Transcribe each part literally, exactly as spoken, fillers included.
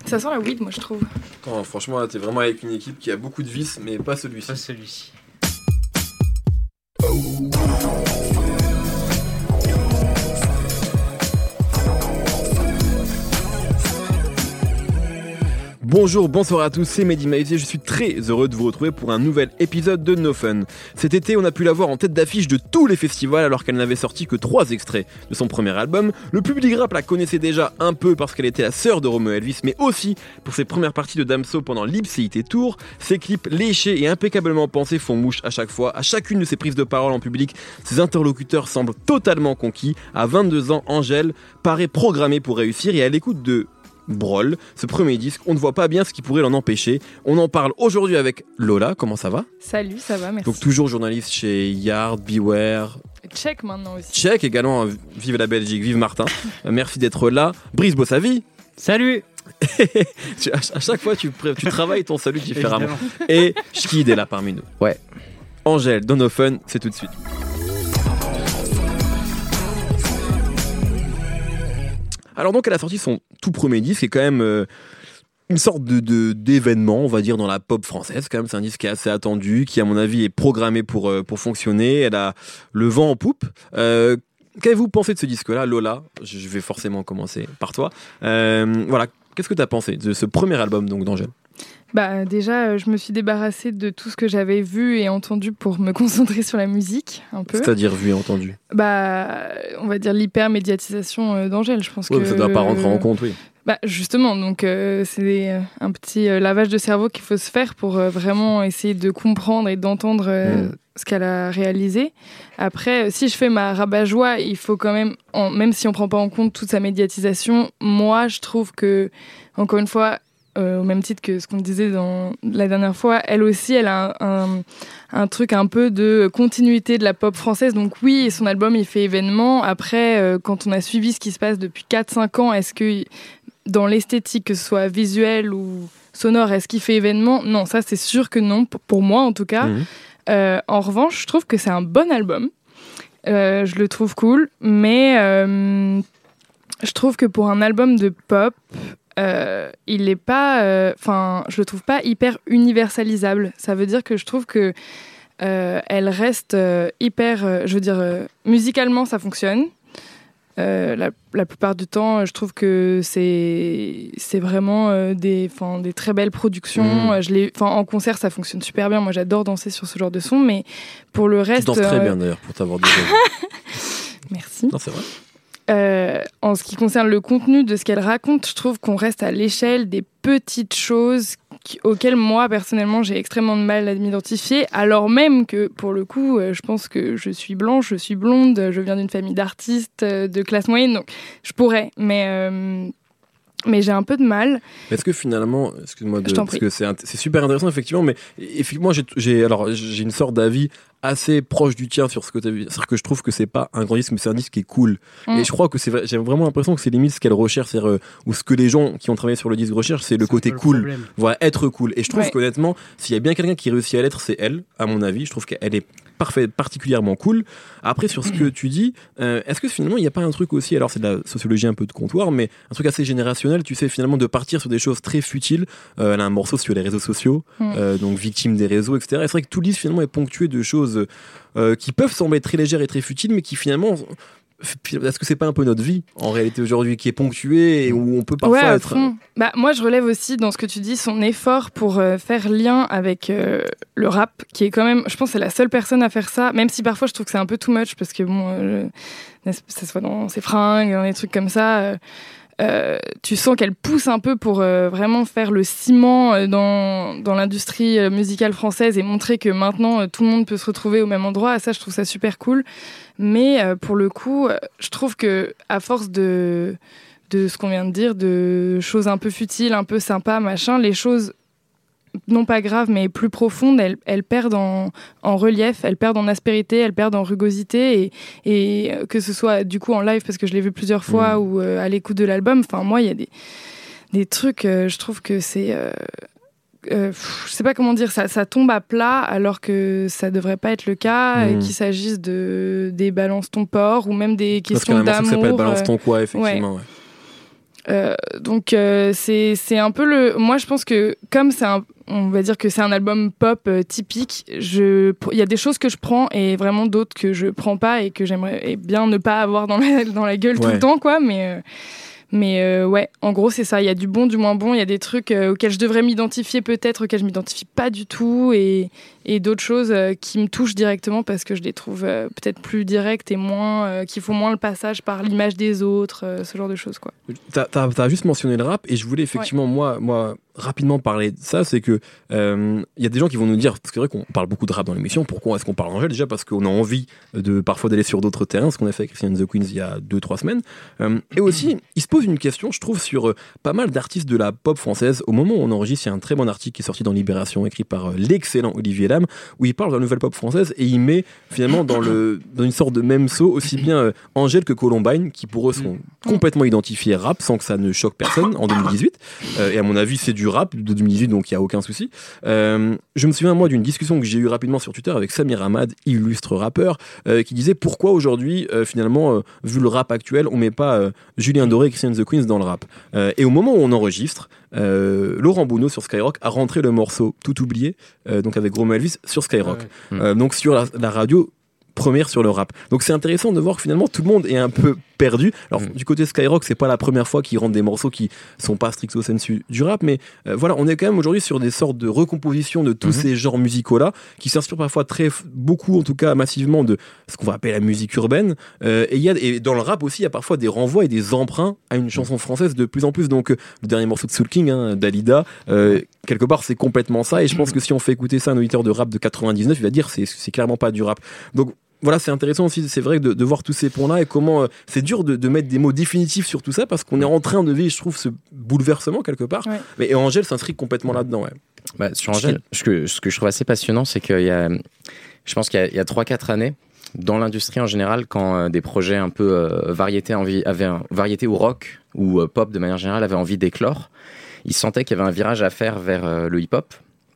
Ça sent la weed, moi je trouve. Non, franchement, là, t'es vraiment avec une équipe qui a beaucoup de vices, mais pas celui-ci. Pas celui-ci. Bonjour, bonsoir à tous, c'est Mehdi Maïté, je suis très heureux de vous retrouver pour un nouvel épisode de No Fun. Cet été, on a pu la voir en tête d'affiche de tous les festivals alors qu'elle n'avait sorti que trois extraits de son premier album. Le public rap la connaissait déjà un peu parce qu'elle était la sœur de Romeo Elvis, mais aussi pour ses premières parties de Damso pendant l'Ipséité Tour. Ses clips léchés et impeccablement pensés font mouche à chaque fois. À chacune de ses prises de parole en public, ses interlocuteurs semblent totalement conquis. À vingt-deux ans, Angèle paraît programmée pour réussir et à l'écoute de Brol, ce premier disque, on ne voit pas bien ce qui pourrait l'en empêcher. On en parle aujourd'hui avec Lola, comment ça va ? Salut, ça va, merci. Donc toujours journaliste chez Yard, Beware. Check maintenant aussi. Check également, vive la Belgique, vive Martin. Merci d'être là. Brice Bossavi. Salut. À chaque fois, tu, tu travailles ton salut différemment. Et Schkid est là parmi nous. Ouais. Angèle, dans No Fun, c'est tout de suite. Alors donc elle a sorti son tout premier disque, qui est quand même euh, une sorte de, de, d'événement, on va dire, dans la pop française. Quand même, c'est un disque qui est assez attendu, qui à mon avis est programmé pour, euh, pour fonctionner. Elle a le vent en poupe. Euh, qu'avez-vous pensé de ce disque-là, Lola ? Je vais forcément commencer par toi. Euh, voilà, qu'est-ce que tu as pensé de ce premier album donc, d'Angèle ? Bah déjà, je me suis débarrassée de tout ce que j'avais vu et entendu pour me concentrer sur la musique, un peu. C'est-à-dire vu et entendu ? Bah, on va dire l'hyper-médiatisation d'Angèle, je pense ouais, que... ça ne doit pas rentrer en compte, oui. Bah justement, donc euh, c'est un petit euh, lavage de cerveau qu'il faut se faire pour euh, vraiment essayer de comprendre et d'entendre euh, mmh. ce qu'elle a réalisé. Après, si je fais ma rabat-joie, il faut quand même, en, même si on ne prend pas en compte toute sa médiatisation, moi je trouve que, encore une fois, Euh, au même titre que ce qu'on disait dans la dernière fois, elle aussi, elle a un, un, un truc un peu de continuité de la pop française. Donc oui, son album, il fait événement. Après, euh, quand on a suivi ce qui se passe depuis quatre cinq ans, est-ce que dans l'esthétique, que ce soit visuel ou sonore, est-ce qu'il fait événement ? Non, ça, c'est sûr que non, pour, pour moi en tout cas. Mmh. Euh, en revanche, je trouve que c'est un bon album. Euh, je le trouve cool, mais euh, je trouve que pour un album de pop... Euh, il est pas, enfin, euh, je le trouve pas hyper universalisable. Ça veut dire que je trouve que euh, elle reste euh, hyper, euh, je veux dire, euh, musicalement ça fonctionne. Euh, la, la plupart du temps, je trouve que c'est c'est vraiment euh, des, enfin, des très belles productions. Mmh. Je l'ai, enfin, en concert, ça fonctionne super bien. Moi, j'adore danser sur ce genre de son, mais pour le reste, tu danses très euh... bien d'ailleurs pour t'avoir dit. Merci. Non, c'est vrai. Euh, en ce qui concerne le contenu de ce qu'elle raconte, je trouve qu'on reste à l'échelle des petites choses qui, auxquelles moi personnellement j'ai extrêmement de mal à m'identifier, alors même que pour le coup euh, je pense que je suis blanche, je suis blonde, je viens d'une famille d'artistes euh, de classe moyenne, donc je pourrais, mais euh, mais j'ai un peu de mal. Est-ce que finalement, excuse-moi, de, parce que c'est, c'est super intéressant effectivement, mais effectivement j'ai, j'ai, alors, j'ai une sorte d'avis assez proche du tien sur ce que tu as vu. C'est-à-dire que je trouve que c'est pas un grand disque, mais c'est un disque qui est cool. Mmh. Et je crois que c'est vrai, j'ai vraiment l'impression que c'est limite ce qu'elle recherche, c'est, euh, ou ce que les gens qui ont travaillé sur le disque recherchent, c'est le c'est côté cool. Le voilà, être cool. Et je trouve ouais. qu'honnêtement, s'il y a bien quelqu'un qui réussit à l'être, c'est elle, à mon avis. Je trouve qu'elle est parfait, particulièrement cool. Après, sur ce que tu dis, euh, est-ce que finalement, il n'y a pas un truc aussi, alors c'est de la sociologie un peu de comptoir, mais un truc assez générationnel, tu sais, finalement, de partir sur des choses très futiles. Euh, elle a un morceau sur les réseaux sociaux, mmh. euh, donc victime des réseaux, et cetera. Et c'est vrai que tout le disque, finalement, est ponctué de choses euh, qui peuvent sembler très légères et très futiles, mais qui finalement... Est-ce que c'est pas un peu notre vie en réalité aujourd'hui qui est ponctuée et où on peut parfois ouais, être... Bah, moi je relève aussi dans ce que tu dis son effort pour euh, faire lien avec euh, le rap qui est quand même, je pense que c'est la seule personne à faire ça, même si parfois je trouve que c'est un peu too much parce que bon, euh, ça soit dans ses fringues, dans des trucs comme ça... Euh, Euh, tu sens qu'elle pousse un peu pour euh, vraiment faire le ciment euh, dans, dans l'industrie euh, musicale française et montrer que maintenant euh, tout le monde peut se retrouver au même endroit. Et ça, je trouve ça super cool. Mais euh, pour le coup, euh, je trouve que à force de, de ce qu'on vient de dire, de choses un peu futiles, un peu sympas, machin, les choses non pas graves mais plus profondes, elles, elles perdent en, en relief, elles perdent en aspérité, elles perdent en rugosité et, et que ce soit du coup en live parce que je l'ai vu plusieurs fois mmh. ou euh, à l'écoute de l'album, enfin moi il y a des, des trucs, euh, je trouve que c'est euh, euh, pff, je sais pas comment dire, ça, ça tombe à plat alors que ça devrait pas être le cas, mmh. qu'il s'agisse de, des Balance ton porc ou même des questions d'amour. Parce qu'il y a un morceau qui s'appelle Balance ton quoi, effectivement. Ouais. Ouais. Euh, donc euh, c'est c'est un peu le. Moi, je pense que comme c'est un, on va dire que c'est un album pop euh, typique. Je, il y a des choses que je prends et vraiment d'autres que je prends pas et que j'aimerais bien ne pas avoir dans la dans la gueule ouais. tout le temps, quoi. Mais euh, Mais euh, ouais, en gros, c'est ça. Il y a du bon, du moins bon. Il y a des trucs euh, auxquels je devrais m'identifier peut-être, auxquels je m'identifie pas du tout. Et, et d'autres choses euh, qui me touchent directement parce que je les trouve euh, peut-être plus directes et moins, euh, qu'il faut moins le passage par l'image des autres, euh, ce genre de choses, quoi. T'as, t'as, t'as juste mentionné le rap et je voulais effectivement, ouais. moi, moi, rapidement parler de ça. C'est que il euh, y a des gens qui vont nous dire, parce que c'est vrai qu'on parle beaucoup de rap dans l'émission, pourquoi est-ce qu'on parle d'Angèle? Déjà parce qu'on a envie de parfois d'aller sur d'autres terrains, ce qu'on a fait avec Christian and the Queens il y a deux trois semaines. Euh, et aussi, il se pose une question, je trouve, sur euh, pas mal d'artistes de la pop française. Au moment où on enregistre, il y a un très bon article qui est sorti dans Libération, écrit par euh, l'excellent Olivier Lam, où il parle de la nouvelle pop française et il met finalement dans, le, dans une sorte de même saut aussi bien euh, Angèle que Columbine, qui pour eux sont complètement identifiés rap sans que ça ne choque personne en deux mille dix-huit. Euh, et à mon avis, c'est du rap de deux mille dix-huit, donc il n'y a aucun souci. Euh, je me souviens, moi, d'une discussion que j'ai eue rapidement sur Twitter avec Samir Hamad, illustre rappeur, euh, qui disait pourquoi aujourd'hui, euh, finalement, euh, vu le rap actuel, on met pas euh, Julien Doré et Christian and the Queens dans le rap. Euh, et au moment où on enregistre, euh, Laurent Bounot sur Skyrock a rentré le morceau Tout oublié, euh, donc avec Romain Elvis sur Skyrock. Ah ouais. euh, donc sur la, la radio première sur le rap. Donc c'est intéressant de voir que finalement tout le monde est un peu perdu. Alors mmh. du côté Skyrock, c'est pas la première fois qu'ils rentrent des morceaux qui sont pas stricto sensu du rap, mais euh, voilà, on est quand même aujourd'hui sur des sortes de recompositions de tous mmh. ces genres musicaux là, qui s'inspirent parfois très beaucoup, en tout cas massivement, de ce qu'on va appeler la musique urbaine. Euh, et il y a et dans le rap aussi, il y a parfois des renvois et des emprunts à une chanson française de plus en plus. Donc euh, le dernier morceau de Soul King, hein, Dalida, euh, quelque part c'est complètement ça. Et je pense que si on fait écouter ça à un auditeur de rap de quatre-vingt-dix-neuf, il va dire c'est c'est clairement pas du rap. Donc voilà, c'est intéressant aussi, c'est vrai, de, de voir tous ces points-là et comment euh, c'est dur de, de mettre des mots définitifs sur tout ça parce qu'on est en train de vivre, je trouve, ce bouleversement quelque part. Ouais. Mais et Angèle s'inscrit complètement là-dedans. Ouais. Bah, sur Angèle, ce que, ce que je trouve assez passionnant, c'est qu'il y a, je pense qu'il y a trois quatre années, dans l'industrie en général, quand euh, des projets un peu euh, variété, envie, avaient un, variété ou rock ou euh, pop de manière générale avaient envie d'éclore, ils sentaient qu'il y avait un virage à faire vers euh, le hip-hop.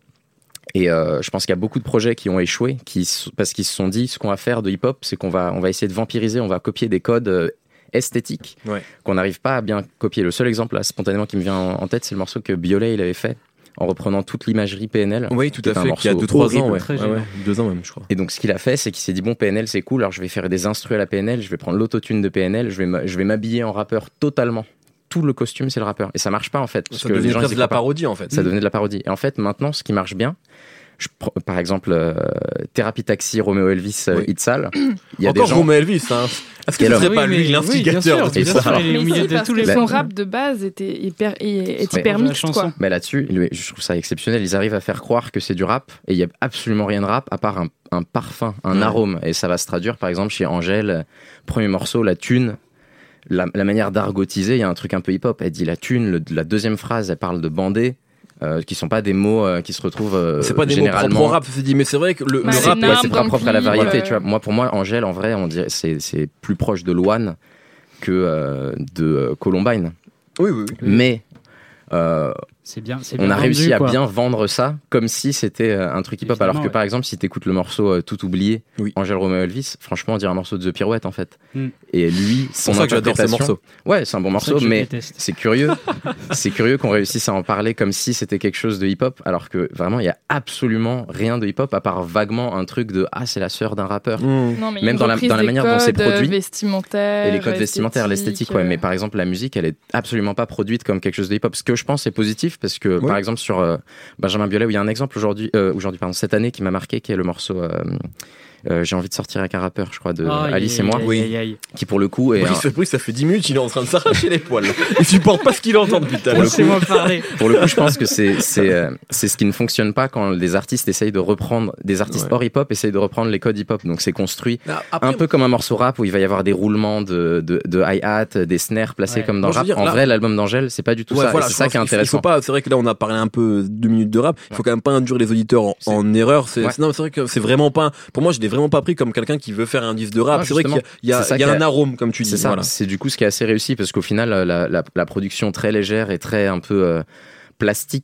Et euh, je pense qu'il y a beaucoup de projets qui ont échoué qui, parce qu'ils se sont dit ce qu'on va faire de hip-hop, c'est qu'on va, on va essayer de vampiriser, on va copier des codes euh, esthétiques ouais. qu'on n'arrive pas à bien copier. Le seul exemple là, spontanément qui me vient en tête, c'est le morceau que Biolay il avait fait en reprenant toute l'imagerie P N L. Oui, tout à fait, il y a deux trois ans, ouais. Ouais, ouais, deux ans même, je crois. Et donc ce qu'il a fait, c'est qu'il s'est dit bon, P N L c'est cool, alors je vais faire des instrus à la P N L, je vais prendre l'autotune de P N L, je vais, je vais m'habiller en rappeur totalement. Tout le costume, c'est le rappeur. Et ça marche pas en fait. Parce ça que devenait presque de la parodie en fait. Ça mmh. devenait de la parodie. Et en fait, maintenant, ce qui marche bien, Je, par exemple, euh, Thérapie Taxi, Roméo Elvis, euh, oui. Itzal. Il y a Encore des gens... Roméo Elvis, hein. Est-ce que ce serait oui, pas lui l'instigateur oui, bien sûr, bien sûr, mais si, parce que son rap de base était hyper, était hyper mixte, quoi. Mais là-dessus, je trouve ça exceptionnel. Ils arrivent à faire croire que c'est du rap et il y a absolument rien de rap à part un, un parfum, un ouais. arôme. Et ça va se traduire, par exemple, chez Angèle, premier morceau, La Thune. La, la manière d'argotiser, il y a un truc un peu hip-hop. Elle dit la thune, le, la deuxième phrase, elle parle de bander. Euh, qui sont pas des mots euh, qui se retrouvent euh, c'est pas des généralement... mots propres au rap, c'est dit, mais c'est vrai que le, bah, le c'est rap ouais, c'est pas propre à la variété, ouais. tu vois. Moi, pour moi, Angèle, en vrai, on dirait c'est c'est plus proche de Loane que euh, de euh, Columbine. Oui, oui. oui. Mais euh, c'est bien, c'est bien on a vendu, réussi quoi. à bien vendre ça comme si c'était un truc hip-hop. Alors que ouais. par exemple, si t'écoutes le morceau euh, Tout oublié, oui. Angèle, Roméo Elvis, franchement, on dirait un morceau de The Pirouette en fait. Mm. Et lui, son c'est interprétation, que morceau. Ouais, c'est un bon morceau, mais c'est curieux. c'est curieux qu'on réussisse à en parler comme si c'était quelque chose de hip-hop, alors que vraiment, il y a absolument rien de hip-hop à part vaguement un truc de ah, c'est la sœur d'un rappeur. Mm. Non, mais même dans la dans la manière dont c'est produit. Vestimentaires, et les codes vestimentaires, l'esthétique, ouais. Mais par exemple, la musique, elle est absolument pas produite comme quelque chose de hip-hop. Ce que je pense, c'est positif parce que, oui. par exemple, sur euh, Benjamin Biolay, où il y a un exemple aujourd'hui, euh, aujourd'hui pardon, cette année qui m'a marqué, qui est le morceau euh, euh, J'ai envie de sortir avec un rappeur, je crois, de oh, Alice y, et moi, y, y, y, y. qui pour le coup est Brice, un... Brice, ça fait dix minutes, il est en train de s'arracher les poils. Il supporte pas ce qu'il entend depuis tout à l'heure. Laissez-moi parler. Pour le coup, je pense que c'est c'est euh, c'est ce qui ne fonctionne pas quand des artistes essayent de reprendre, des artistes ouais. hors hip-hop essayent de reprendre les codes hip-hop. Donc c'est construit ah, après, un peu comme un morceau rap où il va y avoir des roulements de de, de hi-hat, des snares placés ouais. comme dans le rap. Dire, en là... vrai, l'album d'Angèle, c'est pas du tout ouais, ça. Voilà, c'est ça qui est intéressant. Il faut pas. C'est vrai que là, on a parlé un peu deux minutes de rap. Il faut quand même pas induire les auditeurs en, en erreur. C'est, ouais. c'est non, c'est vrai que c'est vraiment pas. Pour moi, je l'ai vraiment pas pris comme quelqu'un qui veut faire un disque de rap. Ouais, c'est vrai qu'il y a, il y a, il y a un arôme, comme tu dis. C'est ça. Voilà. C'est du coup ce qui est assez réussi parce qu'au final, la, la, la production très légère et très un peu euh, plastique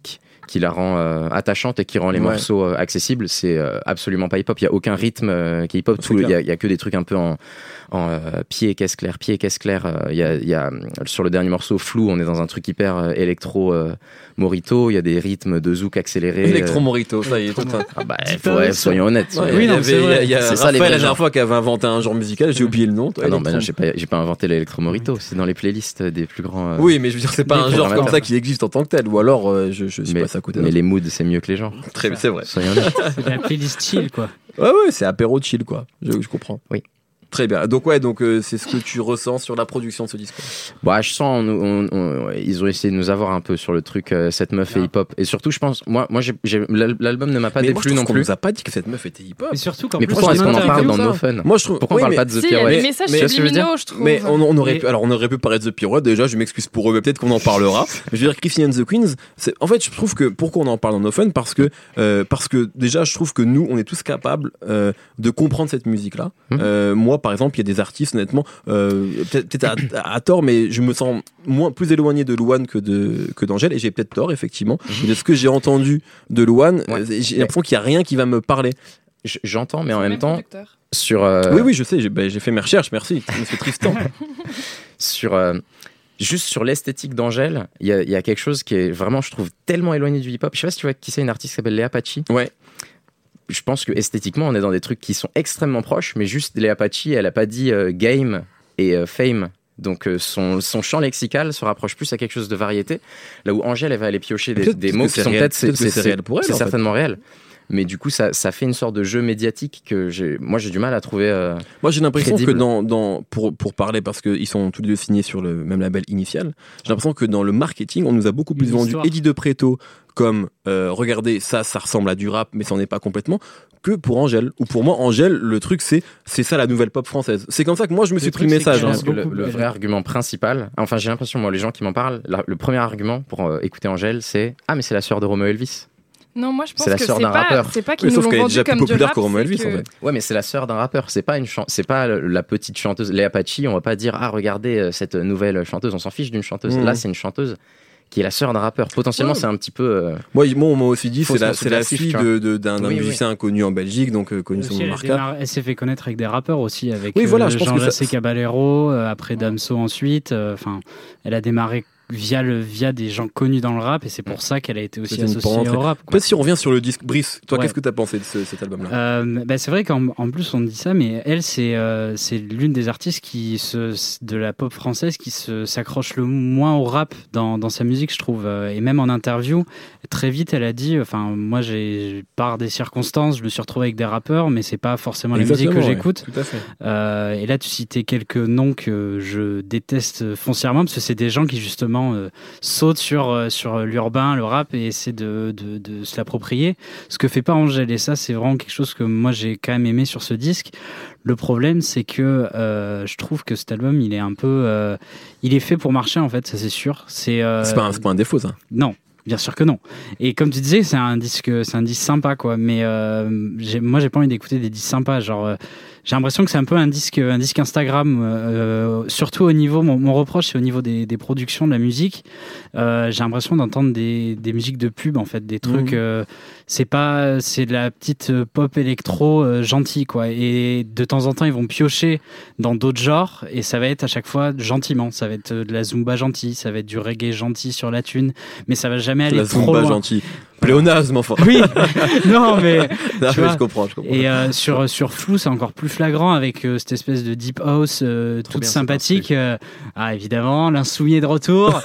qui la rend euh, attachante et qui rend les ouais. morceaux euh, accessibles. C'est euh, absolument pas hip-hop. Il y a aucun rythme euh, qui est hip-hop. Il y a, y a que des trucs un peu en, en euh, pied et caisse claire, pied et caisse claire. Il y a, y a sur le dernier morceau Flou, on est dans un truc hyper euh, électro euh, morito. Il y a des rythmes de zouk accélérés. Électro morito, ça y est. Tout ah bah, ouais, soyons honnêtes. Ouais, oui, non, c'est vrai. Il y a, y a c'est Raphaël ça, la dernière fois qui avait inventé un genre musical. J'ai oublié le nom. Toi, ah non, bah non, j'ai pas, j'ai pas inventé l'électro morito. C'est dans les playlists des plus grands. Euh, oui, mais je veux dire, c'est pas un genre comme ça qui existe en tant que tel. Ou alors, euh, je, je suis mais, pas à côté. Mais les moods, c'est mieux que les gens. Très bien, c'est vrai. C'est la playlist chill, quoi. Ouais, ouais, c'est apéro chill, quoi. Je, je comprends. Oui. Très bien. Donc ouais, donc euh, c'est ce que tu ressens sur la production de ce disque. Bah, je sens, on, on, on, ils ont essayé de nous avoir un peu sur le truc euh, cette meuf yeah. et hip-hop. Et surtout, je pense, moi, moi, j'ai, j'ai, l'album ne m'a pas mais déplu moi, non plus. On nous a pas dit que cette meuf était hip-hop. Et surtout, mais pourquoi est-ce qu'on en parle dans No Fun? Moi, je trouve. Pourquoi oui, on parle mais... pas de The si, Pirouette? Il y a des messages subliminaux, je trouve. Mais on, on aurait, pu, alors on aurait pu parler de The Pirouette. Déjà, je m'excuse pour eux, mais peut-être qu'on en parlera. Je veux dire, Christine and the Queens. C'est, en fait, je trouve que pourquoi on en parle dans No Fun, parce que, euh, parce que déjà, je trouve que nous, on est tous capables euh, de comprendre cette musique-là. Mmh. Euh, moi, par exemple, il y a des artistes, honnêtement. Euh, peut-être, peut-être à, à tort, mais je me sens moins plus éloigné de Louane que de que d'Angèle, et j'ai peut-être tort effectivement. Mm-hmm. De ce que j'ai entendu de Louane, ouais. j'ai l'impression qu'il y a rien qui va me parler. J'entends, mais en même, même temps, sur. Euh... Oui, oui, je sais. J'ai, bah, j'ai fait mes recherches. Merci, Monsieur Tristan. sur. Euh... Juste sur l'esthétique d'Angèle, il y, y a quelque chose qui est vraiment, je trouve, tellement éloigné du hip-hop. Je sais pas si tu vois qui c'est, une artiste qui s'appelle Léa Pachi. Ouais. Je pense que esthétiquement, on est dans des trucs qui sont extrêmement proches, mais juste Léa Pachi, elle a pas dit euh, game et euh, fame. Donc euh, son, son champ lexical se rapproche plus à quelque chose de variété, là où Angèle, elle va aller piocher des, des mots qui sont peut-être, c'est, c'est, c'est réel pour elle, c'est certainement fait. réel. Mais du coup, ça, ça fait une sorte de jeu médiatique que j'ai, moi j'ai du mal à trouver. Euh, moi j'ai l'impression crédible. que dans, dans pour, pour parler, parce qu'ils sont tous les deux signés sur le même label initial, j'ai l'impression que dans le marketing, on nous a beaucoup plus une vendu histoire. Eddie de Preto comme euh, regardez, ça, ça ressemble à du rap, mais ça n'en est pas complètement, que pour Angèle. Ou pour moi, Angèle, le truc, c'est, c'est ça la nouvelle pop française. C'est comme ça que moi je me suis pris le message. Je pense que le, le vrai argument principal, enfin j'ai l'impression, moi, les gens qui m'en parlent, la, le premier argument pour euh, écouter Angèle, c'est ah, mais c'est la sœur de Romeo Elvis. Non, moi je pense c'est la que sœur c'est d'un pas, rappeur. c'est pas qu'ils oui, nous l'ont vendu déjà comme plus populaire du rap, que Romeo Elvis que... en fait. Ouais, mais c'est la sœur d'un rappeur. C'est pas une chan... c'est pas la petite chanteuse Léa Pachi. On va pas dire ah regardez cette nouvelle chanteuse. On s'en fiche d'une chanteuse. Mmh. Là, c'est une chanteuse qui est la sœur d'un rappeur. Potentiellement, ouais. c'est un petit peu. Euh... Moi, moi, on m'a aussi dit c'est la, c'est la fille de, de, d'un, d'un oui, musicien oui. connu en Belgique, donc euh, connu sous son marque. Elle s'est fait connaître avec des rappeurs aussi, avec oui, voilà, euh, je pense Jean que Jacé ça... Caballero, euh, après Damso ensuite. Enfin, euh, elle a démarré via le via des gens connus dans le rap, et c'est pour ça qu'elle a été aussi associée au rap. Peut-être si on revient sur le disque, Brice, toi, ouais. qu'est-ce que t'as pensé de ce, cet album-là? euh, bah, c'est vrai qu'en en plus on dit ça, mais elle c'est euh, c'est l'une des artistes qui se de la pop française qui se s'accroche le moins au rap dans dans sa musique, je trouve. Et même en interview, très vite, elle a dit, enfin moi j'ai par des circonstances, je me suis retrouvé avec des rappeurs, mais c'est pas forcément Exactement, la musique que ouais, j'écoute. Tout à fait. Euh, et là, tu citais quelques noms que je déteste foncièrement parce que c'est des gens qui justement Euh, saute sur, euh, sur l'urbain, le rap, et essaie de, de, de se l'approprier. Ce que fait pas Angèle, et ça c'est vraiment quelque chose que moi j'ai quand même aimé sur ce disque. Le problème c'est que euh, je trouve que cet album il est un peu euh, il est fait pour marcher en fait, ça c'est sûr. C'est, euh, c'est, pas, un, c'est pas un défaut ça. Non. Bien sûr que non. Et comme tu disais, c'est un disque, c'est un disque sympa, quoi. Mais euh, j'ai, moi, j'ai pas envie d'écouter des disques sympas. Genre, euh, j'ai l'impression que c'est un peu un disque, un disque Instagram. Euh, surtout au niveau, mon, mon reproche, c'est au niveau des, des productions de la musique. Euh, j'ai l'impression d'entendre des, des musiques de pub, en fait, des trucs. Mmh. Euh, c'est pas, c'est de la petite pop électro euh, gentille, quoi. Et de temps en temps, ils vont piocher dans d'autres genres, et ça va être à chaque fois gentiment. Ça va être de la zumba gentille, ça va être du reggae gentil sur la thune, mais ça va jamais aller la trop loin. Gentil. Pléonasme, enfin. Oui, non, mais. non, tu mais vois, je comprends, je comprends. Et euh, sur, sur Flou, c'est encore plus flagrant avec euh, cette espèce de deep house euh, toute bien, sympathique. Euh, ah, évidemment, l'insoumis est de retour.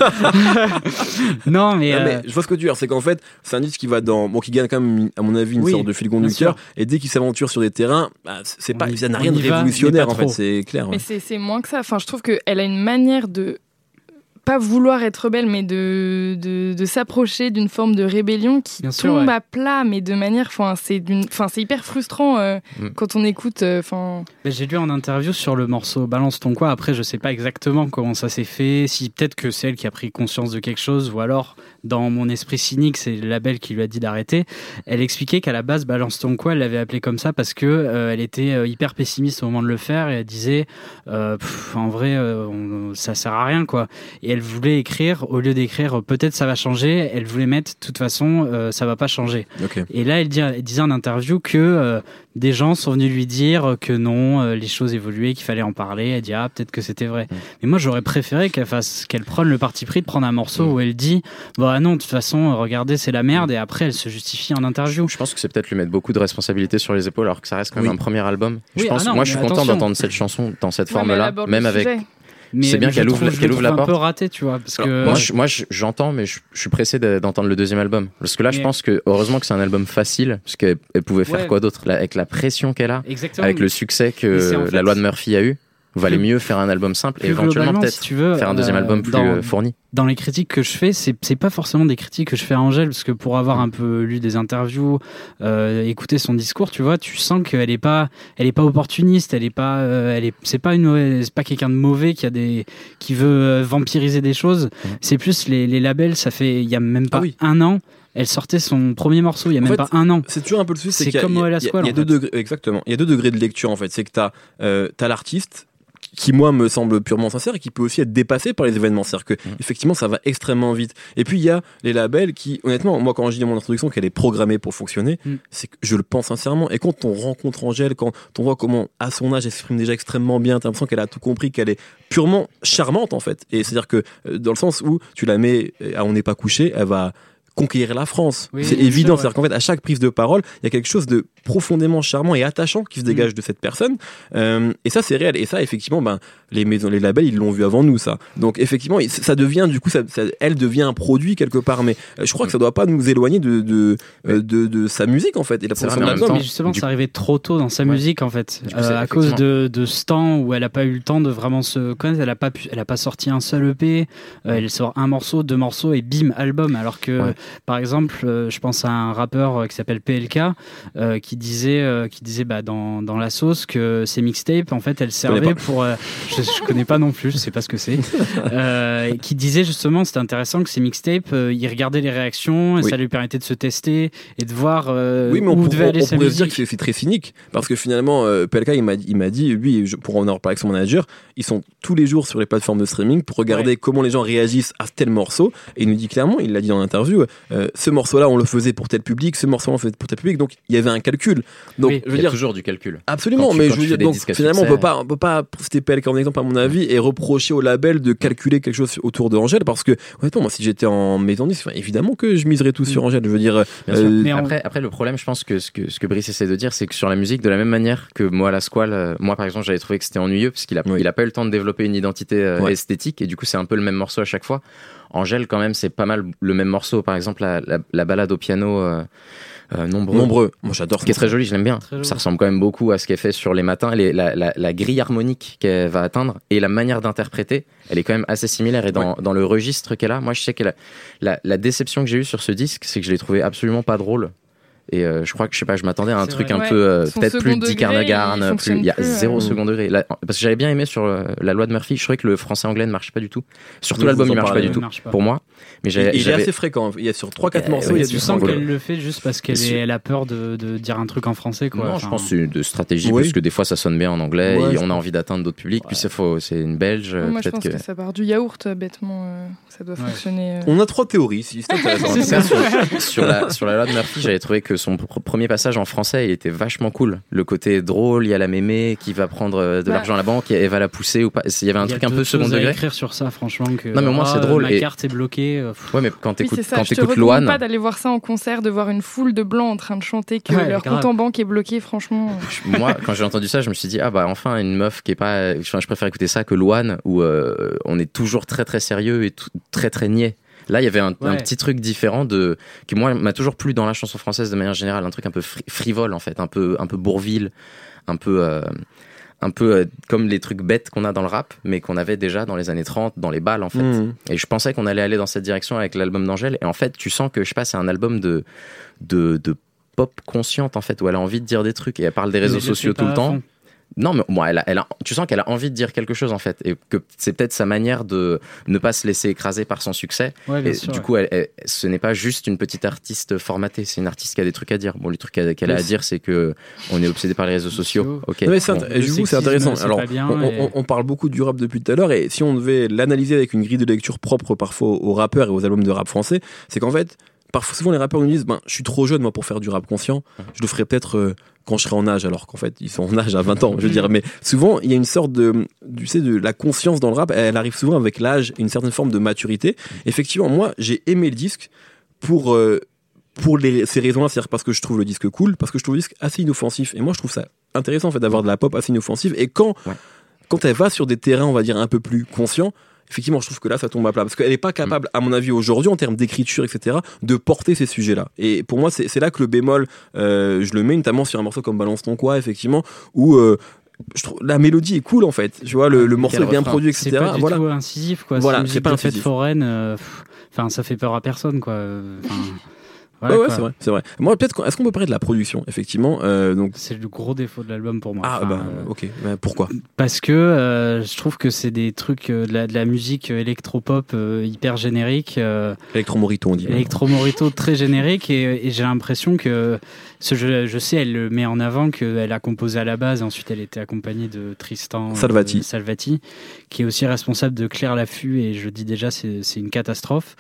non, mais, non, euh... mais. Je vois ce que tu veux dire, c'est qu'en fait, c'est un disque qui va dans. Bon, qui gagne quand même, à mon avis, une oui, sorte de fil conducteur. Et dès qu'il s'aventure sur des terrains, bah, c'est pas, ça n'a rien de révolutionnaire, en fait, c'est clair. Ouais. Mais c'est, c'est moins que ça. Enfin, je trouve qu'elle a une manière de. Pas vouloir être rebelle, mais de, de, de s'approcher d'une forme de rébellion qui Bien tombe sûr, ouais. à plat, mais de manière, enfin, c'est d'une, enfin, c'est hyper frustrant euh, mm. quand on écoute. Enfin. Euh, j'ai lu en interview sur le morceau Balance ton quoi. Après, je sais pas exactement comment ça s'est fait. Si peut-être que c'est elle qui a pris conscience de quelque chose, ou alors dans Mon Esprit Cynique, c'est le label qui lui a dit d'arrêter. Elle expliquait qu'à la base, Balance ton quoi, elle l'avait appelé comme ça parce que euh, elle était euh, hyper pessimiste au moment de le faire et elle disait euh, pff, en vrai, euh, on, ça sert à rien quoi. Et elle voulait écrire, au lieu d'écrire peut-être ça va changer, elle voulait mettre de toute façon euh, ça va pas changer. Okay. Et là, elle, dit, elle disait en interview que euh, des gens sont venus lui dire que non, euh, les choses évoluaient, qu'il fallait en parler. Elle dit ah peut-être que c'était vrai. Mmh. Mais moi j'aurais préféré qu'elle fasse, qu'elle prenne le parti pris de prendre un morceau mmh. où elle dit bah non de toute façon regardez c'est la merde et après elle se justifie en interview. Je pense que c'est peut-être lui mettre beaucoup de responsabilités sur les épaules alors que ça reste quand même oui. un premier album. Je oui, pense, ah non, moi je suis attention. content d'entendre cette chanson dans cette ouais, forme-là, même avec. Mais, c'est bien mais qu'elle ouvre, trouve, qu'elle ouvre la porte. Un peu raté, tu vois, parce que moi, je, moi, j'entends, mais je, je suis pressé d'entendre le deuxième album, parce que là, mais... je pense que heureusement que c'est un album facile, parce qu'elle elle pouvait faire ouais. quoi d'autre, avec la pression qu'elle a, exactement. avec le succès que en fait, la loi de Murphy a eu. Valait mieux faire un album simple et éventuellement peut-être si tu veux, faire un deuxième euh, album plus dans, fourni. Dans les critiques que je fais, c'est, c'est pas forcément des critiques que je fais à Angèle, parce que pour avoir un peu lu des interviews, euh, écouté son discours, tu vois, tu sens qu'elle est pas, elle est pas opportuniste, elle est pas, euh, elle est, c'est pas une, c'est pas quelqu'un de mauvais qui a des, qui veut vampiriser des choses. Mmh. C'est plus les, les labels, ça fait, il y a même pas ah oui. un an. Elle sortait son premier morceau il y a en même fait, pas un an. C'est toujours un peu le souci, c'est, c'est qu'il y a, comme il y a, Noël Squall. Il y a deux degrés, exactement. Il y a deux degrés de lecture en fait. C'est que t'as, euh, t'as l'artiste qui moi me semble purement sincère et qui peut aussi être dépassé par les événements, c'est-à-dire que mmh. effectivement ça va extrêmement vite. Et puis il y a les labels qui, honnêtement, moi quand je dis dans mon introduction qu'elle est programmée pour fonctionner, mmh. c'est que je le pense sincèrement. Et quand on rencontre Angèle, quand on voit comment à son âge elle s'exprime déjà extrêmement bien, t'as l'impression qu'elle a tout compris, qu'elle est purement charmante en fait. Et c'est-à-dire que dans le sens où tu la mets à On n'est pas couché, elle va conquérir la France. Oui, c'est évident. Sûr, ouais. C'est-à-dire qu'en fait, à chaque prise de parole, il y a quelque chose de profondément charmant et attachant qui se dégage mmh. de cette personne. Euh, et ça, c'est réel. Et ça, effectivement, ben, les maisons, les labels, ils l'ont vu avant nous, ça. Donc, effectivement, ça devient, du coup, ça, ça, elle devient un produit quelque part. Mais euh, je crois que ça doit pas nous éloigner de, de, euh, de, de sa musique, en fait. Et la c'est vrai, mais, temps, mais justement, ça arrivait trop tôt dans sa ouais. musique, en fait. Coup, euh, à cause de, de ce temps où elle a pas eu le temps de vraiment se connaître. Elle a pas pu, elle a pas sorti un seul E P. Euh, elle sort un morceau, deux morceaux et bim, album. Alors que, ouais. par exemple, je pense à un rappeur qui s'appelle P L K euh, qui disait, euh, qui disait bah, dans, dans la sauce que ses mixtapes, en fait, elles servaient pour... Euh, je, je connais pas non plus, je sais pas ce que c'est. Euh, qui disait justement, c'était intéressant que ces mixtapes, euh, il regardait les réactions et oui. ça lui permettait de se tester et de voir euh, oui, mais où on devait pour, aller on sa pourrait musique. Se dire que c'est, c'est très cynique parce que finalement, euh, P L K, il m'a, il m'a dit, lui, je, pour en avoir parlé avec son manager, ils sont tous les jours sur les plateformes de streaming pour regarder ouais. comment les gens réagissent à tel morceau. Et il nous dit clairement, il l'a dit dans l'interview, euh, ce morceau-là, on le faisait pour tel public, ce morceau on fait pour tel public, donc il y avait un calcul. Donc oui, je veux il y a dire toujours du calcul. Absolument, tu, mais je veux dire donc finalement succès, on peut pas on peut pas citer P L K en exemple à mon avis et reprocher au label de calculer quelque chose autour de Angèle parce que honnêtement moi si j'étais en maison de disque, évidemment que je miserais tout sur Angèle, je veux dire euh, mais après après le problème je pense que ce que ce que Brice essaie de dire c'est que sur la musique de la même manière que moi la Squall euh, moi par exemple j'avais trouvé que c'était ennuyeux parce qu'il a oui. il a pas eu le temps de développer une identité euh, ouais. esthétique et du coup c'est un peu le même morceau à chaque fois. Angèle quand même c'est pas mal le même morceau, par exemple la la, la balade au piano euh, Euh, nombreux. nombreux. Moi j'adore. Ce qui est très joli, je l'aime bien. Ça ressemble quand même beaucoup à ce qu'elle fait sur les matins. Les, la, la, la grille harmonique qu'elle va atteindre et la manière d'interpréter, elle est quand même assez similaire. Et dans, ouais. dans le registre qu'elle a, moi je sais que la, la, la déception que j'ai eue sur ce disque, c'est que je l'ai trouvé absolument pas drôle. Et euh, je crois que je sais pas, je m'attendais à un c'est truc vrai. un ouais. peu euh, peut-être plus Dick Carnegie, plus il y a plus, zéro euh... second degré. Là, parce que j'avais bien aimé sur euh, la loi de Murphy, je trouvais que le français anglais ne marche pas du tout. Surtout oui, l'album il marche pas du tout marche pas. Pour moi. Mais j'avais, il, il est assez fréquent. Il y a sur trois quatre euh, morceaux, ouais, il y a tu du sens qu'elle le fait juste parce qu'elle est, elle a peur de, de dire un truc en français quoi. Non, enfin, je pense que c'est une de stratégie oui. parce que des fois ça sonne bien en anglais ouais, et on a envie d'atteindre d'autres publics. Puis c'est faux, c'est une Belge. Moi je pense que ça part du yaourt bêtement, ça doit fonctionner. On a trois théories, c'est intéressant. Sur la sur la loi de Murphy, j'avais trouvé que son premier passage en français, il était vachement cool. Le côté drôle, il y a la mémé qui va prendre de bah, l'argent à la banque et elle va la pousser ou pas. Il y avait un truc un peu second degré. Il y a écrire sur ça, franchement. Que, non, mais au moins oh, c'est drôle. Ma et... carte est bloquée. Pff. Ouais, mais quand t'écoutes, oui, quand je t'écoutes te Loane. pas d'aller voir ça en concert, de voir une foule de blancs en train de chanter que ouais, leur grave. compte en banque est bloqué, franchement. Moi, quand j'ai entendu ça, je me suis dit ah bah enfin une meuf qui est pas. Enfin, je préfère écouter ça que Loane où euh, on est toujours très très sérieux et tout, très très niais. Là, il y avait un, ouais. un petit truc différent de qui moi m'a toujours plu dans la chanson française de manière générale, un truc un peu fri- frivole en fait, un peu un peu Bourvil, un peu euh, un peu euh, comme les trucs bêtes qu'on a dans le rap, mais qu'on avait déjà dans les années trente, dans les balles en fait. Mmh. Et je pensais qu'on allait aller dans cette direction avec l'album d'Angèle. Et en fait, tu sens que je sais pas, c'est un album de de, de pop consciente en fait, où elle a envie de dire des trucs et elle parle des réseaux sociaux tout le temps. Non, mais bon, elle a, elle a, tu sens qu'elle a envie de dire quelque chose en fait, et que c'est peut-être sa manière de ne pas se laisser écraser par son succès. Ouais, bien et sûr, du ouais. coup, elle, elle, ce n'est pas juste une petite artiste formatée, c'est une artiste qui a des trucs à dire. Bon, le truc qu'elle, qu'elle a à dire, c'est que on est obsédé par les réseaux sociaux. Ok. Non, mais c'est bon. int- du coup, c'est intéressant. C'est Alors, bien, on, et... on, on parle beaucoup du rap depuis tout à l'heure, et si on devait l'analyser avec une grille de lecture propre parfois aux rappeurs et aux albums de rap français, c'est qu'en fait, parfois, souvent les rappeurs nous disent, ben, je suis trop jeune moi pour faire du rap conscient. Je le ferai peut-être euh, quand je serai en âge, alors qu'en fait, ils sont en âge à vingt ans. Je veux dire, mais souvent, il y a une sorte de, tu sais, de la conscience dans le rap. Elle arrive souvent avec l'âge, une certaine forme de maturité. Effectivement, moi, j'ai aimé le disque pour euh, pour les, ces raisons-là, c'est-à-dire parce que je trouve le disque cool, parce que je trouve le disque assez inoffensif. Et moi, je trouve ça intéressant en fait d'avoir de la pop assez inoffensive. Et quand ouais. quand elle va sur des terrains, on va dire un peu plus conscients. Effectivement, je trouve que là, ça tombe à plat. Parce qu'elle n'est pas capable, à mon avis, aujourd'hui, en termes d'écriture, et cetera, de porter ces sujets-là. Et pour moi, c'est, c'est là que le bémol, euh, je le mets notamment sur un morceau comme Balance ton quoi, effectivement, où euh, je trouve, la mélodie est cool, en fait. Tu vois, le, le morceau est bien refrain. C'est produit, pas du voilà. tout incisif, quoi. Voilà, c'est, c'est pas une fête incisif. foraine. Enfin, euh, ça fait peur à personne, quoi. Enfin, Voilà, ouais, ouais, quoi. c'est vrai, c'est vrai. Moi, peut-être, est-ce qu'on peut parler de la production, effectivement, euh, donc. C'est le gros défaut de l'album pour moi. Ah, enfin, bah, euh, ok. Bah, pourquoi? Parce que euh, je trouve que c'est des trucs, euh, de, la, de la musique électropop euh, hyper générique. Euh, Electro-morito, on dit. Electro-morito très générique, et, et j'ai l'impression que, ce, je, je sais, elle le met en avant, qu'elle a composé à la base, ensuite elle était accompagnée de Tristan Salvati, euh, Salvati qui est aussi responsable de Claire Laffut, et je dis déjà, c'est, c'est une catastrophe.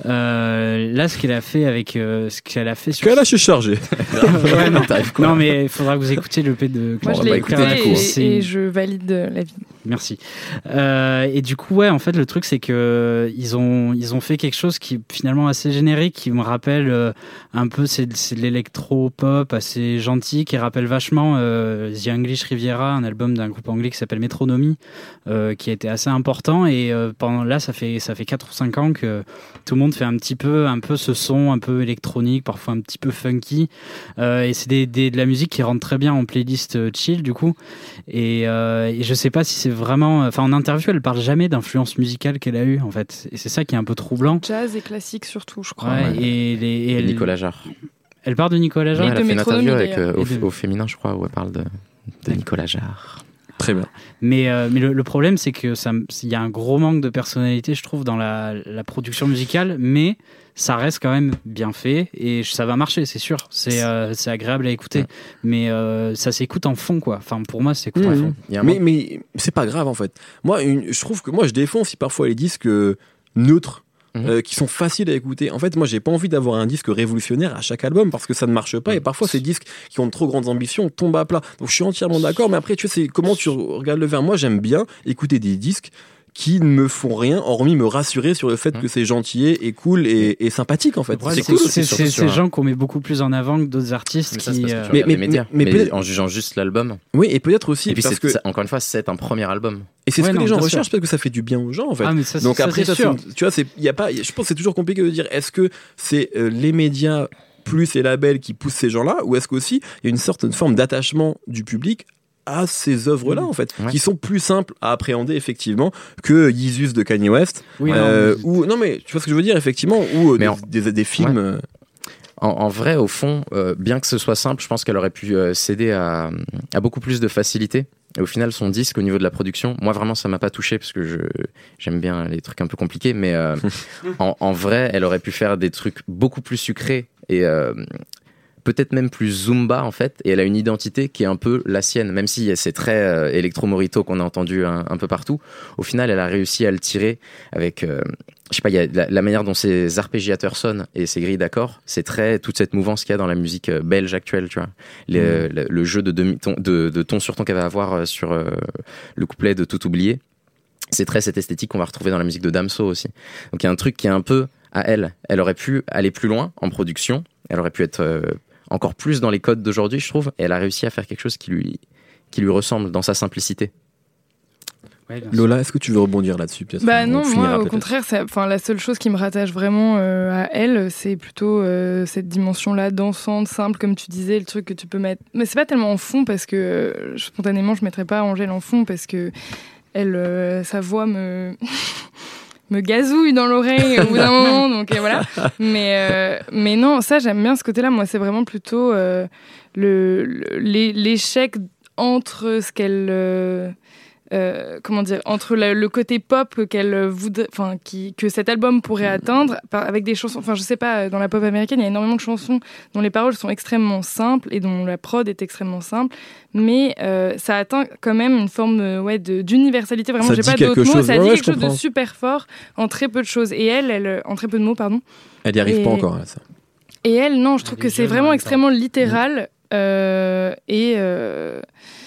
Euh, là, ce qu'elle a fait avec. Euh, ce qu'elle a fait sur. Quel âge est chargé? Ouais, non, non, mais il faudra que vous écoutiez le P de Moi, Claire. je l'ai Bah, écouté Claire Laffut, et, c'est- et je valide l'avis. Merci. Euh, et du coup, ouais, en fait, le truc, c'est que ils ont, ils ont fait quelque chose qui est finalement assez générique, qui me rappelle euh, un peu, c'est, c'est de l'électro-pop assez gentil, qui rappelle vachement euh, The English Riviera, un album d'un groupe anglais qui s'appelle Metronomy, euh, qui a été assez important. Et euh, pendant là, ça fait, ça fait quatre ou cinq ans que tout le monde fait un petit peu, un peu ce son, un peu électronique, parfois un petit peu funky. Euh, et c'est des, des, de la musique qui rentre très bien en playlist euh, chill, du coup. Et, euh, et je sais pas si c'est vraiment. Enfin, en interview, elle parle jamais d'influence musicale qu'elle a eue, en fait. Et c'est ça qui est un peu troublant. Jazz et classique surtout, je crois. Ouais, ouais. Et, les, et elle, Nicolas Jarre. Elle parle de Nicolas Jarre. Ouais, elle a de fait une interview Métronomie, avec, euh, au, Et de- au féminin, je crois, où elle parle de, de Nicolas Jarre. Très bien. Mais, euh, mais le, le problème, c'est que ça, il y a un gros manque de personnalité, je trouve, dans la, la production musicale, mais ça reste quand même bien fait, et ça va marcher, c'est sûr. C'est, euh, c'est agréable à écouter, Ouais. mais euh, ça s'écoute en fond, quoi. Enfin, pour moi, c'est écoute en Mmh. fond. Il y a un Mais, moment- mais c'est pas grave en fait. Moi, une, je trouve que moi je défends aussi parfois les disques euh, neutres. Mhm. euh, qui sont faciles à écouter. En fait, moi, j'ai pas envie d'avoir un disque révolutionnaire à chaque album parce que ça ne marche pas. Et parfois, ces disques qui ont de trop grandes ambitions tombent à plat. Donc, je suis entièrement d'accord. Mais après, tu sais, c'est comment tu regardes le verre. Moi, j'aime bien écouter des disques qui ne me font rien, hormis me rassurer sur le fait Mhm. que c'est gentil et cool et, et sympathique en fait. Le problème, C'est cool. c'est, aussi, c'est, surtout c'est sur ces gens qu'on met beaucoup plus en avant que d'autres artistes Mais ça, qui. c'est parce que euh, tu Mais- regardes mais- les médias. mais- Mais, mais peut-être- en jugeant juste l'album. Oui, et peut-être aussi Et puis, parce c'est, que ça- encore une fois, c'est un premier album. et c'est ce Ouais, que non, les gens bien recherchent sûr. parce que ça fait du bien aux gens en fait. Ah, mais ça, Donc ça, après, c'est ça, sûr. c'est- tu vois, c'est, y a pas, je pense que c'est toujours compliqué de dire est-ce que c'est euh, les médias plus les labels qui poussent ces gens-là, ou est-ce qu'aussi il y a une certaine forme d'attachement du public à ces œuvres-là en fait, Ouais. qui sont plus simples à appréhender effectivement que Yeezus de Kanye West, Oui, euh, non, mais- ou non mais tu vois ce que je veux dire effectivement, ou euh, Mais des, en- des, des films. Ouais. euh, En, en vrai, au fond, euh, bien que ce soit simple, je pense qu'elle aurait pu euh, céder à, à beaucoup plus de facilité. Et au final, son disque, au niveau de la production, moi vraiment, ça m'a pas touché parce que je, j'aime bien les trucs un peu compliqués. Mais euh, en, en vrai, elle aurait pu faire des trucs beaucoup plus sucrés et euh, peut-être même plus Zumba en fait. Et elle a une identité qui est un peu la sienne, même si c'est très euh, électro-morito qu'on a entendu un, un peu partout. Au final, elle a réussi à le tirer avec. Euh, je sais pas, il y a la, la manière dont ces arpégiateurs sonnent et ces grilles d'accords, c'est très toute cette mouvance qu'il y a dans la musique euh, belge actuelle, tu vois. Les, Mm. le, le jeu de demi-ton, de, de ton sur ton qu'elle va avoir euh, sur euh, le couplet de Tout oublier. C'est très cette esthétique qu'on va retrouver dans la musique de Damso aussi. Donc il y a un truc qui est un peu à elle. Elle aurait pu aller plus loin en production. Elle aurait pu être euh, encore plus dans les codes d'aujourd'hui, je trouve. Et elle a réussi à faire quelque chose qui lui, qui lui ressemble dans sa simplicité. Ouais, bien sûr. Lola, est-ce que tu veux rebondir là-dessus peut-être? Bah On non, finira moi au peut-être. contraire, c'est- enfin la seule chose qui me rattache vraiment euh, à elle, c'est plutôt euh, cette dimension-là dansante, simple, comme tu disais, le truc que tu peux mettre. Mais c'est pas tellement en fond parce que euh, spontanément je mettrais pas Angèle en fond parce que elle, euh, sa voix me me gazouille dans l'oreille au bout d'un moment, donc euh, voilà. Mais euh, mais non, ça j'aime bien ce côté-là. Moi, c'est vraiment plutôt euh, le le- l'é- l'échec entre ce qu'elle euh, euh, comment dire, entre le, le côté pop qu'elle voudrait, enfin, qui que cet album pourrait atteindre, par, avec des chansons. Enfin, je sais pas, dans la pop américaine, il y a énormément de chansons dont les paroles sont extrêmement simples et dont la prod est extrêmement simple, mais euh, ça atteint quand même une forme euh, ouais, de, d'universalité. Vraiment, ça j'ai dit pas d'autres mots. Chose. Ça ouais, dit ouais, quelque chose de super fort en très peu de choses. Et elle, elle, en très peu de mots, pardon. Elle y arrive et... pas encore à ça. Et elle, non, je trouve elle que c'est vraiment extrêmement littéral. Mmh. Euh, et euh,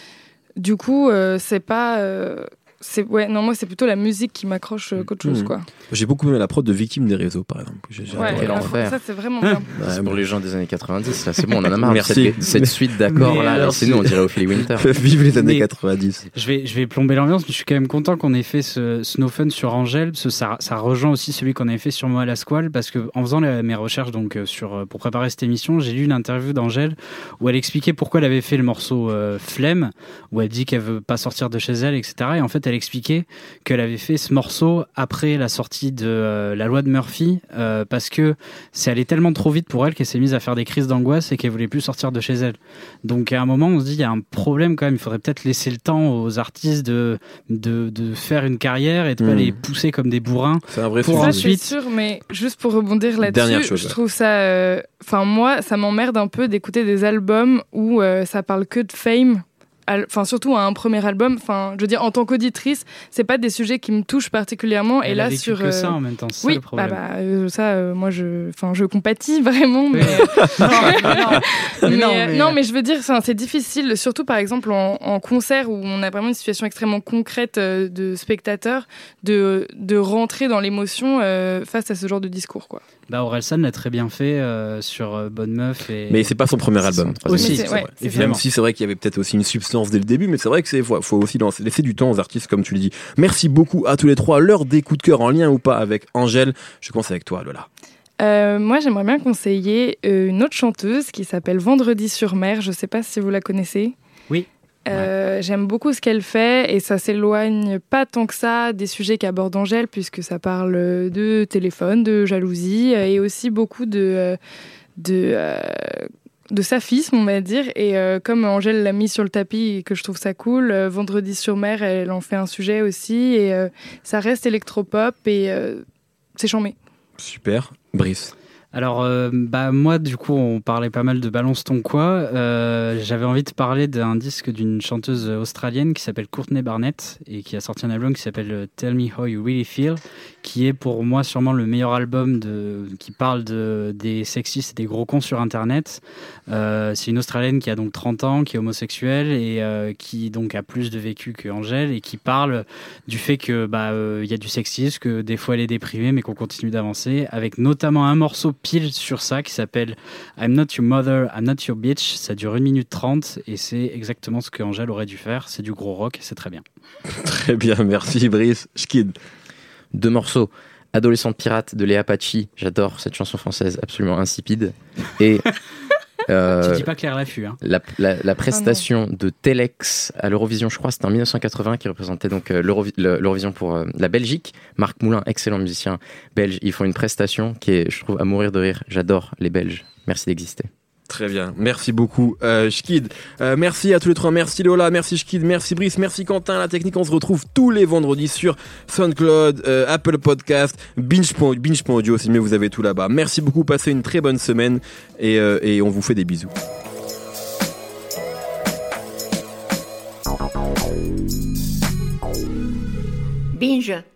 du coup, euh, c'est pas. Euh, c'est, ouais, non, moi, c'est plutôt la musique qui m'accroche euh, qu'autre chose, mmh. quoi. J'ai beaucoup aimé la prod de Victime des réseaux, par exemple. J'ai, j'ai ouais, quel enfer. Ça, c'est vraiment bien. Ouais, c'est pour les gens des années quatre-vingt-dix, là, c'est bon, on en a marre. Merci. Cette, cette suite d'accords, Mais là, alors, c'est nous, on dirait Ophélie Winter. Vive les années Mais quatre-vingt-dix. Je vais, je vais plomber l'ambiance, mais je suis quand même content qu'on ait fait ce Snow Fun sur Angèle, parce que ça, ça rejoint aussi celui qu'on avait fait sur Moi à la Squale, parce que en faisant les, mes recherches donc, sur, pour préparer cette émission, j'ai lu une interview d'Angèle où elle expliquait pourquoi elle avait fait le morceau euh, Flemme, où elle dit qu'elle veut pas sortir de chez elle, et cetera. Et en fait, elle expliquait qu'elle avait fait ce morceau après la sortie de euh, la loi de Murphy, euh, parce que c'est allé tellement trop vite pour elle qu'elle s'est mise à faire des crises d'angoisse et qu'elle voulait plus sortir de chez elle. Donc à un moment, on se dit, il y a un problème quand même, il faudrait peut-être laisser le temps aux artistes de, de, de faire une carrière et de pas mmh. les pousser comme des bourrins. C'est un vrai pour sujet. ensuite... C'est sûr, mais juste pour rebondir là-dessus, chose, je ouais. trouve ça... Enfin, euh, moi, ça m'emmerde un peu d'écouter des albums où euh, ça parle que de fame. Enfin, surtout à un premier album. Enfin, je veux dire, en tant qu'auditrice, c'est pas des sujets qui me touchent particulièrement. Elle et là, a vécu sur que euh... ça en même temps, c'est oui, ça le problème. Bah, bah, euh, ça, euh, moi, je, enfin, je compatis vraiment. Mais non, mais non, mais mais, non, euh, mais... non, mais je veux dire, c'est difficile, surtout par exemple en, en concert où on a vraiment une situation extrêmement concrète euh, de spectateurs, de de rentrer dans l'émotion euh, face à ce genre de discours, quoi. Bah, Orelsan l'a très bien fait euh, sur euh, Bonne Meuf. Et... Mais c'est pas son premier album. Son aussi, c'est, ouais, c'est même si c'est vrai qu'il y avait peut-être aussi une substance dès le début, mais c'est vrai que c'est faut, faut aussi lancer, laisser du temps aux artistes, comme tu le dis. Merci beaucoup à tous les trois. L'heure des coups de cœur en lien ou pas avec Angèle. Je commence avec toi, Lola. Euh, moi, j'aimerais bien conseiller euh, une autre chanteuse qui s'appelle Vendredi sur Mer. Je sais pas si vous la connaissez. Oui. Euh, ouais. J'aime beaucoup ce qu'elle fait et ça s'éloigne pas tant que ça des sujets qu'aborde Angèle, puisque ça parle de téléphone, de jalousie et aussi beaucoup de de euh, de saphisme, on va dire. Et euh, comme Angèle l'a mis sur le tapis et que je trouve ça cool, euh, Vendredi sur Mer, elle en fait un sujet aussi et euh, ça reste électropop et euh, c'est charmé. Super, Brice. Alors, euh, bah, moi, du coup, on parlait pas mal de Balance ton quoi. Euh, j'avais envie de parler d'un disque d'une chanteuse australienne qui s'appelle Courtney Barnett et qui a sorti un album qui s'appelle Tell Me How You Really Feel, qui est pour moi sûrement le meilleur album de, qui parle de, des sexistes et des gros cons sur Internet. Euh, c'est une Australienne qui a donc trente ans, qui est homosexuelle et euh, qui donc a plus de vécu qu'Angèle et qui parle du fait que bah, euh, y a du sexisme, que des fois elle est déprimée mais qu'on continue d'avancer, avec notamment un morceau pile sur ça qui s'appelle I'm Not Your Mother, I'm Not Your Bitch. Ça dure une minute trente et c'est exactement ce que Angèle aurait dû faire. C'est du gros rock et c'est très bien. Très bien, merci Brice. Schkid. Deux morceaux. Adolescente pirate de Léa Pachi. J'adore cette chanson française absolument insipide. Et Euh, tu dis pas Claire Laffut, hein. La, la, la prestation ah de Telex à l'Eurovision, je crois, c'était en dix-neuf cent quatre-vingts, qui représentait donc euh, l'Eurovi- l'Eurovision pour euh, la Belgique. Marc Moulin, excellent musicien belge, ils font une prestation qui est, je trouve, à mourir de rire. J'adore les Belges. Merci d'exister. Très bien, merci beaucoup euh, Schkid, euh, merci à tous les trois, merci Lola, merci Schkid, merci Brice, merci Quentin, la technique, on se retrouve tous les vendredis sur SoundCloud, euh, Apple Podcast, Binge point audio, si jamais vous avez tout là-bas. Merci beaucoup, passez une très bonne semaine et, euh, et on vous fait des bisous. Binge.